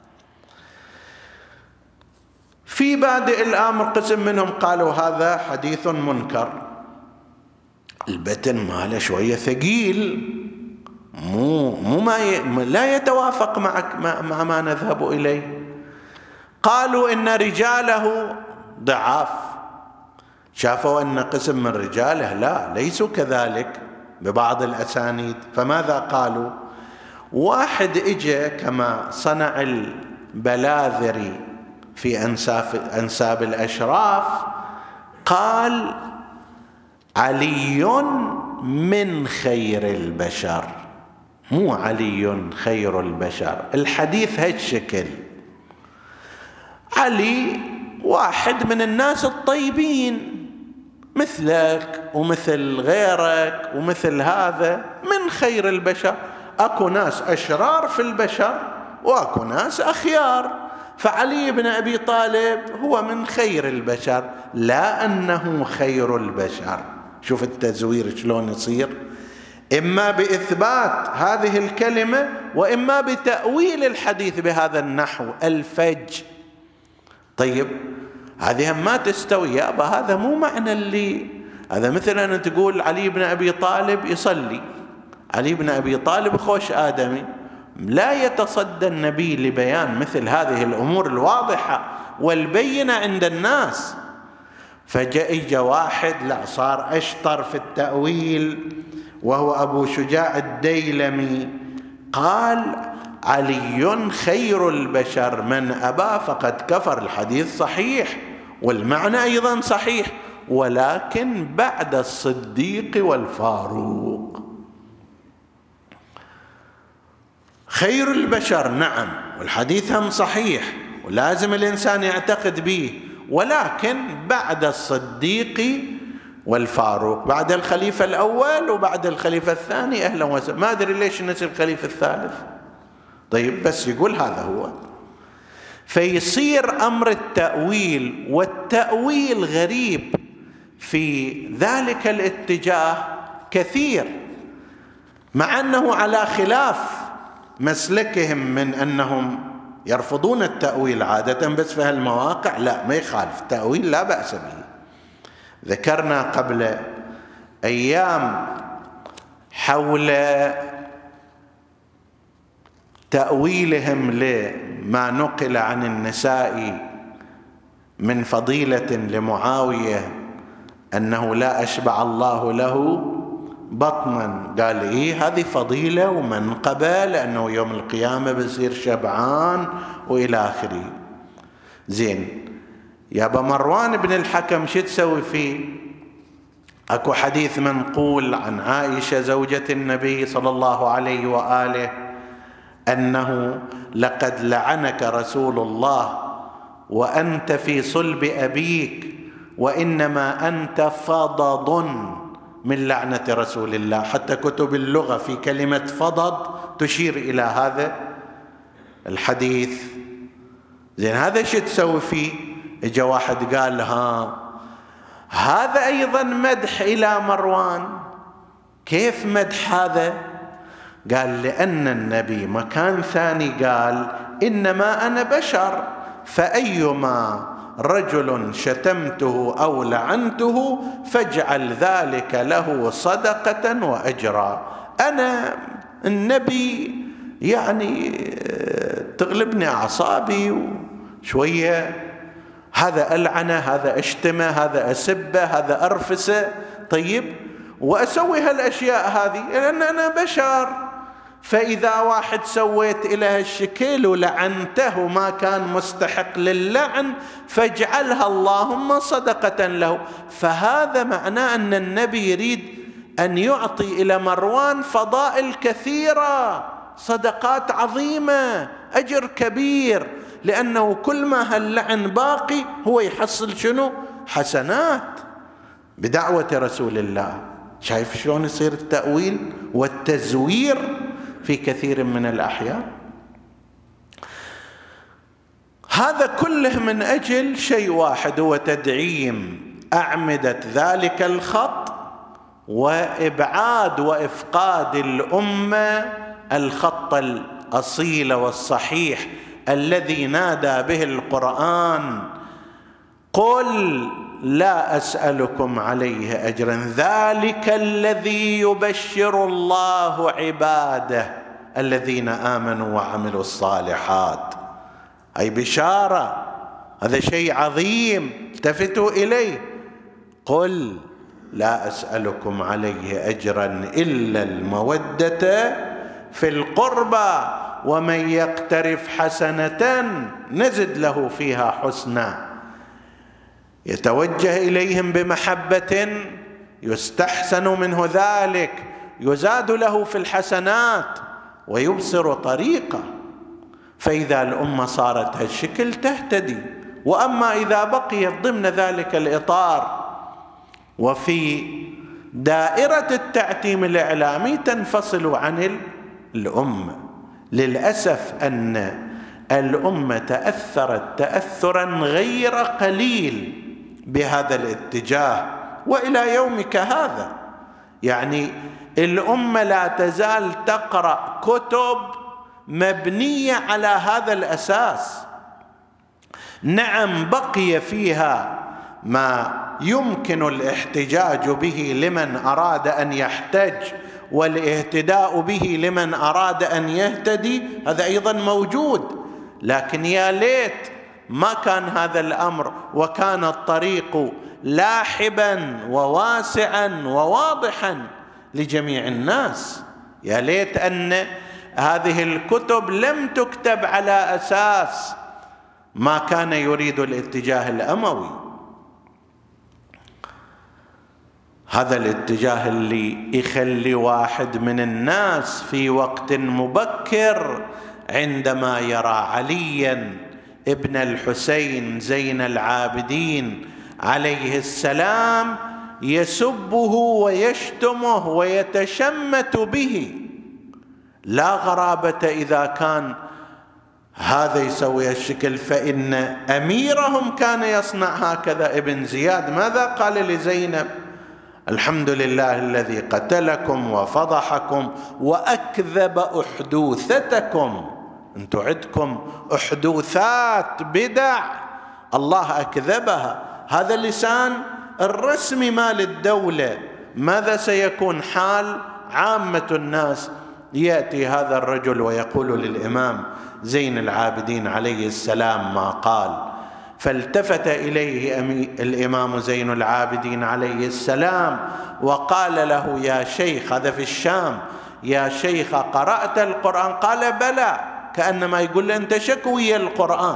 في بادئ الأمر قسم منهم قالوا هذا حديث منكر، البتن ماله شوية ثقيل، مو مو ما ي... لا يتوافق معك مع ما نذهب إليه. قالوا إن رجاله ضعاف، شافوا أن قسم من رجاله لا ليسوا كذلك ببعض الأسانيد، فماذا قالوا؟ واحد إجا كما صنع البلاذري في أنساب, أنساب الأشراف، قال علي من خير البشر، مو علي خير البشر. الحديث هالشكل، علي واحد من الناس الطيبين مثلك ومثل غيرك ومثل هذا، من خير البشر. أكو ناس أشرار في البشر وأكو ناس أخيار، فعلي بن أبي طالب هو من خير البشر، لا أنه خير البشر. شوف التزوير شلون يصير، إما بإثبات هذه الكلمة وإما بتأويل الحديث بهذا النحو الفج. طيب هذه ما تستوي يا أبا، هذا مو معنى اللي هذا. مثلا تقول علي بن أبي طالب يصلي، علي بن أبي طالب خوش آدمي، لا يتصدى النبي لبيان مثل هذه الأمور الواضحة والبينة عند الناس. فجاء إجا واحد لا صار أشطر في التأويل، وهو أبو شجاع الديلمي، قال علي خير البشر من أبى فقد كفر. الحديث صحيح والمعنى أيضا صحيح، ولكن بعد الصديق والفاروق. خير البشر نعم، والحديث هم صحيح ولازم الإنسان يعتقد به، ولكن بعد الصديق والفاروق، بعد الخليفة الأول وبعد الخليفة الثاني. أهلا وسهلا. ما أدري ليش نسي الخليفة الثالث، طيب بس يقول هذا هو. فيصير أمر التأويل، والتأويل غريب في ذلك الاتجاه كثير، مع أنه على خلاف مسلكهم من أنهم يرفضون التأويل عادة، بس في هالمواقع لا، ما يخالف التأويل، لا بأس به. ذكرنا قبل أيام حول تأويلهم لما نقل عن النساء من فضيلة لمعاوية أنه لا أشبع الله له بطنا، قال إيه هذه فضيلة ومنقبة لأنه يوم القيامة بيصير شبعان وإلى آخره. زين يا أبا مروان بن الحكم شو تسوي فيه؟ أكو حديث منقول عن عائشة زوجة النبي صلى الله عليه وآله أنه لقد لعنك رسول الله وأنت في صلب أبيك وإنما أنت فضض من لعنة رسول الله. حتى كتب اللغة في كلمة فضض تشير إلى هذا الحديث. زين هذا شو تسوي فيه؟ اجا واحد قال ها هذا أيضا مدح إلى مروان. كيف مدح هذا؟ قال لأن النبي مكان ثاني قال إنما أنا بشر، فأيما رجل شتمته أو لعنته فاجعل ذلك له صدقة وأجرا. أنا النبي يعني تغلبني أعصابي وشوية هذا ألعنه، هذا أشتمه، هذا أسبه، هذا أرفسه. طيب، وأسوي هالأشياء هذه لأن أنا بشر. فإذا واحد سويت إلى هالشكل ولعنته ما كان مستحق للعن فاجعلها اللهم صدقة له. فهذا معناه أن النبي يريد أن يعطي إلى مروان فضائل كثيرة، صدقات عظيمة، أجر كبير، لأنه كل ما هاللعن باقي هو يحصل شنو؟ حسنات بدعوة رسول الله. شايف شلون يصير التأويل والتزوير في كثير من الأحيان؟ هذا كله من أجل شيء واحد، هو تدعيم أعمدة ذلك الخط وإبعاد وإفقاد الأمة الخط الأصيل والصحيح الذي نادى به القرآن: قل لا أسألكم عليه أجرا ذلك الذي يبشر الله عباده الذين آمنوا وعملوا الصالحات. أي بشارة، هذا شيء عظيم التفتوا إليه. قل لا أسألكم عليه أجرا إلا المودة في القربى ومن يقترف حسنة نزد له فيها حسنا. يتوجه إليهم بمحبة يستحسن منه ذلك، يزاد له في الحسنات ويبصر طريقه. فإذا الأمة صارت هالشكل تهتدي. وأما إذا بقيت ضمن ذلك الإطار وفي دائرة التعتيم الإعلامي تنفصل عن الأمة. للأسف أن الأمة تأثرت تأثرا غير قليل بهذا الاتجاه وإلى يومك هذا. يعني الأمة لا تزال تقرأ كتب مبنية على هذا الأساس. نعم بقي فيها ما يمكن الاحتجاج به لمن أراد أن يحتج والاهتداء به لمن أراد أن يهتدي، هذا أيضا موجود. لكن يا ليت ما كان هذا الأمر وكان الطريق لاحبا وواسعا وواضحا لجميع الناس. يا ليت أن هذه الكتب لم تكتب على أساس ما كان يريد الاتجاه الأموي، هذا الاتجاه اللي يخلي واحد من الناس في وقت مبكر عندما يرى عليا ابن الحسين زين العابدين عليه السلام يسبه ويشتمه ويتشمت به. لا غرابة إذا كان هذا يسوي الشكل، فإن أميرهم كان يصنع هكذا. ابن زياد ماذا قال لزينب؟ الحمد لله الذي قتلكم وفضحكم وأكذب أحدوثتكم. أنتم عندكم أحدوثات بدع الله أكذبها. هذا اللسان الرسمي مال الدولة. ماذا سيكون حال عامة الناس؟ يأتي هذا الرجل ويقول للإمام زين العابدين عليه السلام ما قال، فالتفت إليه الإمام زين العابدين عليه السلام وقال له: يا شيخ، هذا في الشام، يا شيخ قرأت القرآن؟ قال: بلى. كأنما يقول له: أنت شكوي القرآن.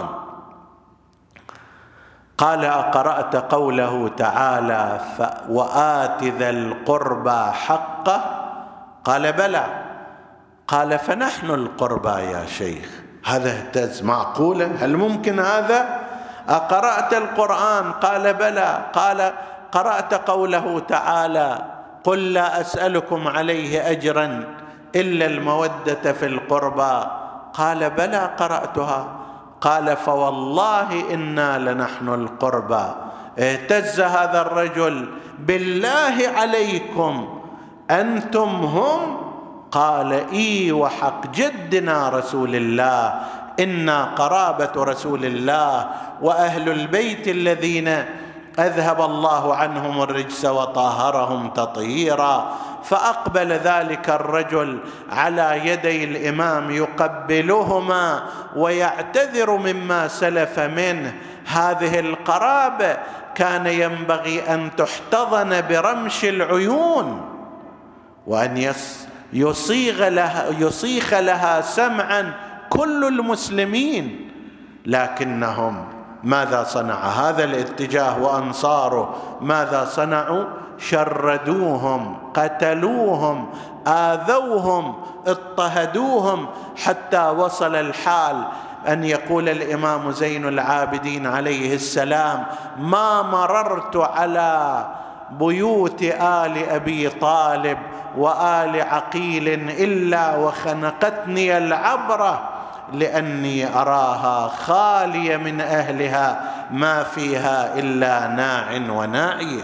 قال: أقرأت قوله تعالى وآت ذا القربى حقه؟ قال: بلى. قال: فنحن القربى يا شيخ. هذا اهتز. معقولة؟ هل ممكن هذا؟ أقرأت القرآن؟ قال: بلى. قال: قرأت قوله تعالى قل لا أسألكم عليه أجرا إلا المودة في القربى؟ قال: بلى قرأتها. قال: فوالله إنا لنحن القربى. اهتز هذا الرجل: بالله عليكم أنتم هم؟ قال: إي وحق جدنا رسول الله، إنا قرابة رسول الله وأهل البيت الذين أذهب الله عنهم الرجس وطهرهم تطهيرا. فأقبل ذلك الرجل على يدي الإمام يقبلهما ويعتذر مما سلف منه. هذه القرابة كان ينبغي أن تحتضن برمش العيون، وأن يصيغ لها, يصيخ لها سمعا كل المسلمين. لكنهم ماذا صنع هذا الاتجاه وأنصاره؟ ماذا صنعوا؟ شردوهم، قتلوهم، آذوهم، اضطهدوهم، حتى وصل الحال أن يقول الإمام زين العابدين عليه السلام: ما مررت على بيوت آل أبي طالب وآل عقيل إلا وخنقتني العبرة، لأني أراها خالية من أهلها ما فيها إلا ناع وناعية.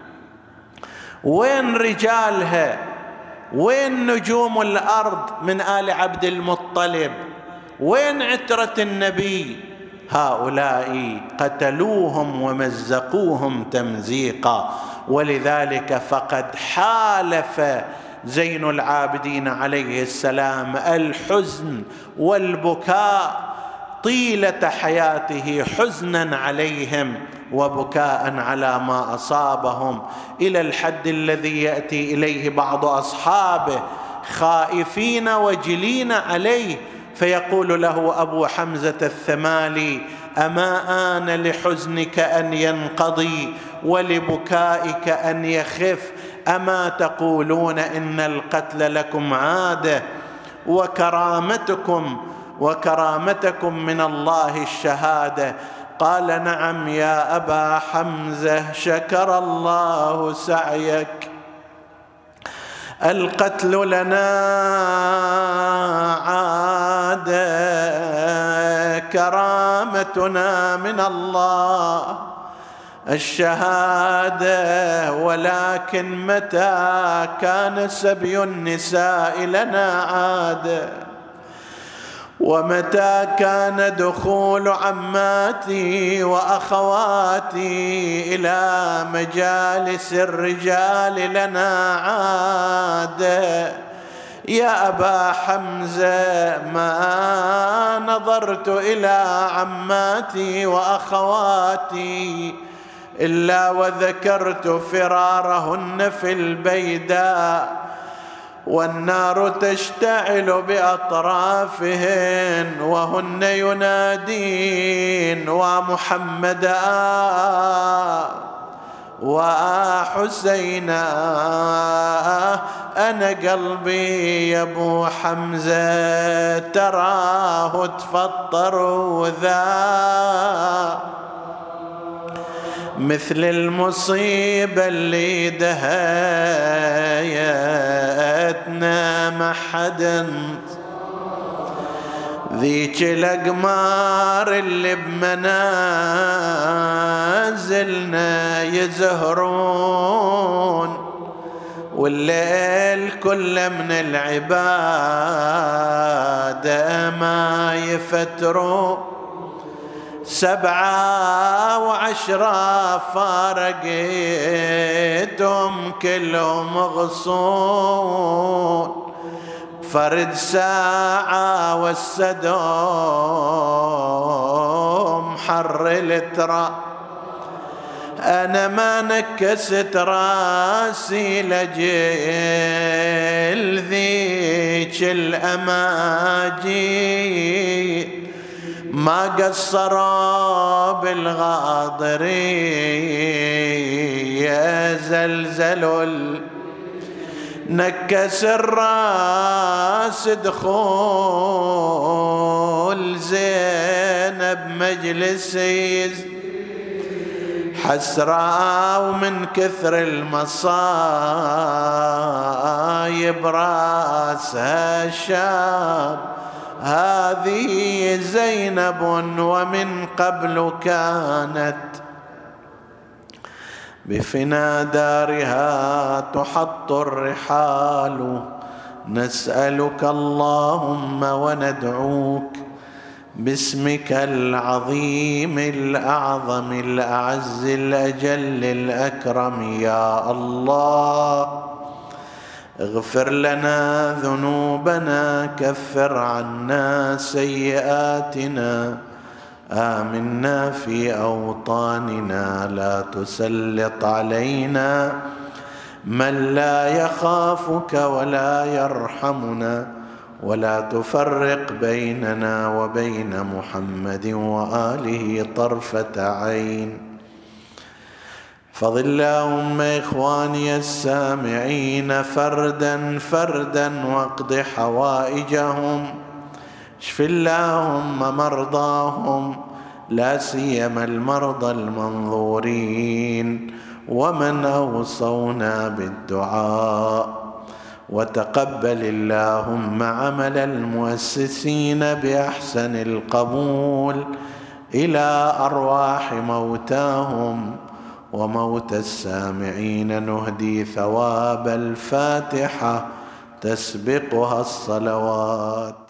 وين رجالها؟ وين نجوم الأرض من آل عبد المطلب؟ وين عترة النبي؟ هؤلاء قتلوهم ومزقوهم تمزيقا. ولذلك فقد حالف زين العابدين عليه السلام الحزن والبكاء طيلة حياته، حزنا عليهم وبكاء على ما أصابهم، إلى الحد الذي يأتي إليه بعض أصحابه خائفين وجلين عليه، فيقول له أبو حمزة الثمالي: أما آن لحزنك أن ينقضي ولبكائك أن يخف؟ أما تقولون إن القتل لكم عادة وكرامتكم وكرامتكم من الله الشهادة؟ قال: نعم يا أبا حمزة، شكر الله سعيك، القتل لنا عادة، كرامتنا من الله الشهادة، ولكن متى كان سبي النساء لنا عادة، ومتى كان دخول عماتي وأخواتي إلى مجالس الرجال لنا عادة. يا أبا حمزة، ما نظرت إلى عماتي وأخواتي إلا وذكرت فرارهن في البيداء، والنار تشتعل بأطرافهن وهن ينادين: ومحمدا وحسينا. أنا قلبي يا أبو حمزة تراه تفطر ذا، مثل المصيبة اللي دهيتنا ما حد، ذيك الأقمار اللي بمنازلنا يزهرون، والليل كله من العبادة ما يفترون. سبعة وعشرة فارقتهم كلهم غصون، فرد ساعة والسدوم حر الترى. أنا ما نكست راسي لجل ذيك الأماجيد، ما قصروا بالغاضرية زلزلوا، نكس الراس دخول زينب مجلسي، حسرة ومن كثر المصايب راسها شاب. هذه زينب ومن قبل كانت بفنا دارها تحط الرحال، نسألك اللهم وندعوك باسمك العظيم الأعظم الأعز الأجل الأكرم يا الله اغفر لنا ذنوبنا، كفر عنا سيئاتنا، آمنا في أوطاننا، لا تسلط علينا من لا يخافك ولا يرحمنا، ولا تفرق بيننا وبين محمد وآله طرفة عين. فضل اللهم إخواني السامعين فردا فردا واقض حوائجهم، اشف اللهم مرضاهم، لا سيما المرضى المنظورين ومن أوصونا بالدعاء، وتقبل اللهم عمل المؤسسين بأحسن القبول إلى أرواح موتاهم وموت السامعين، نهدي ثواب الفاتحة تسبقها الصلوات.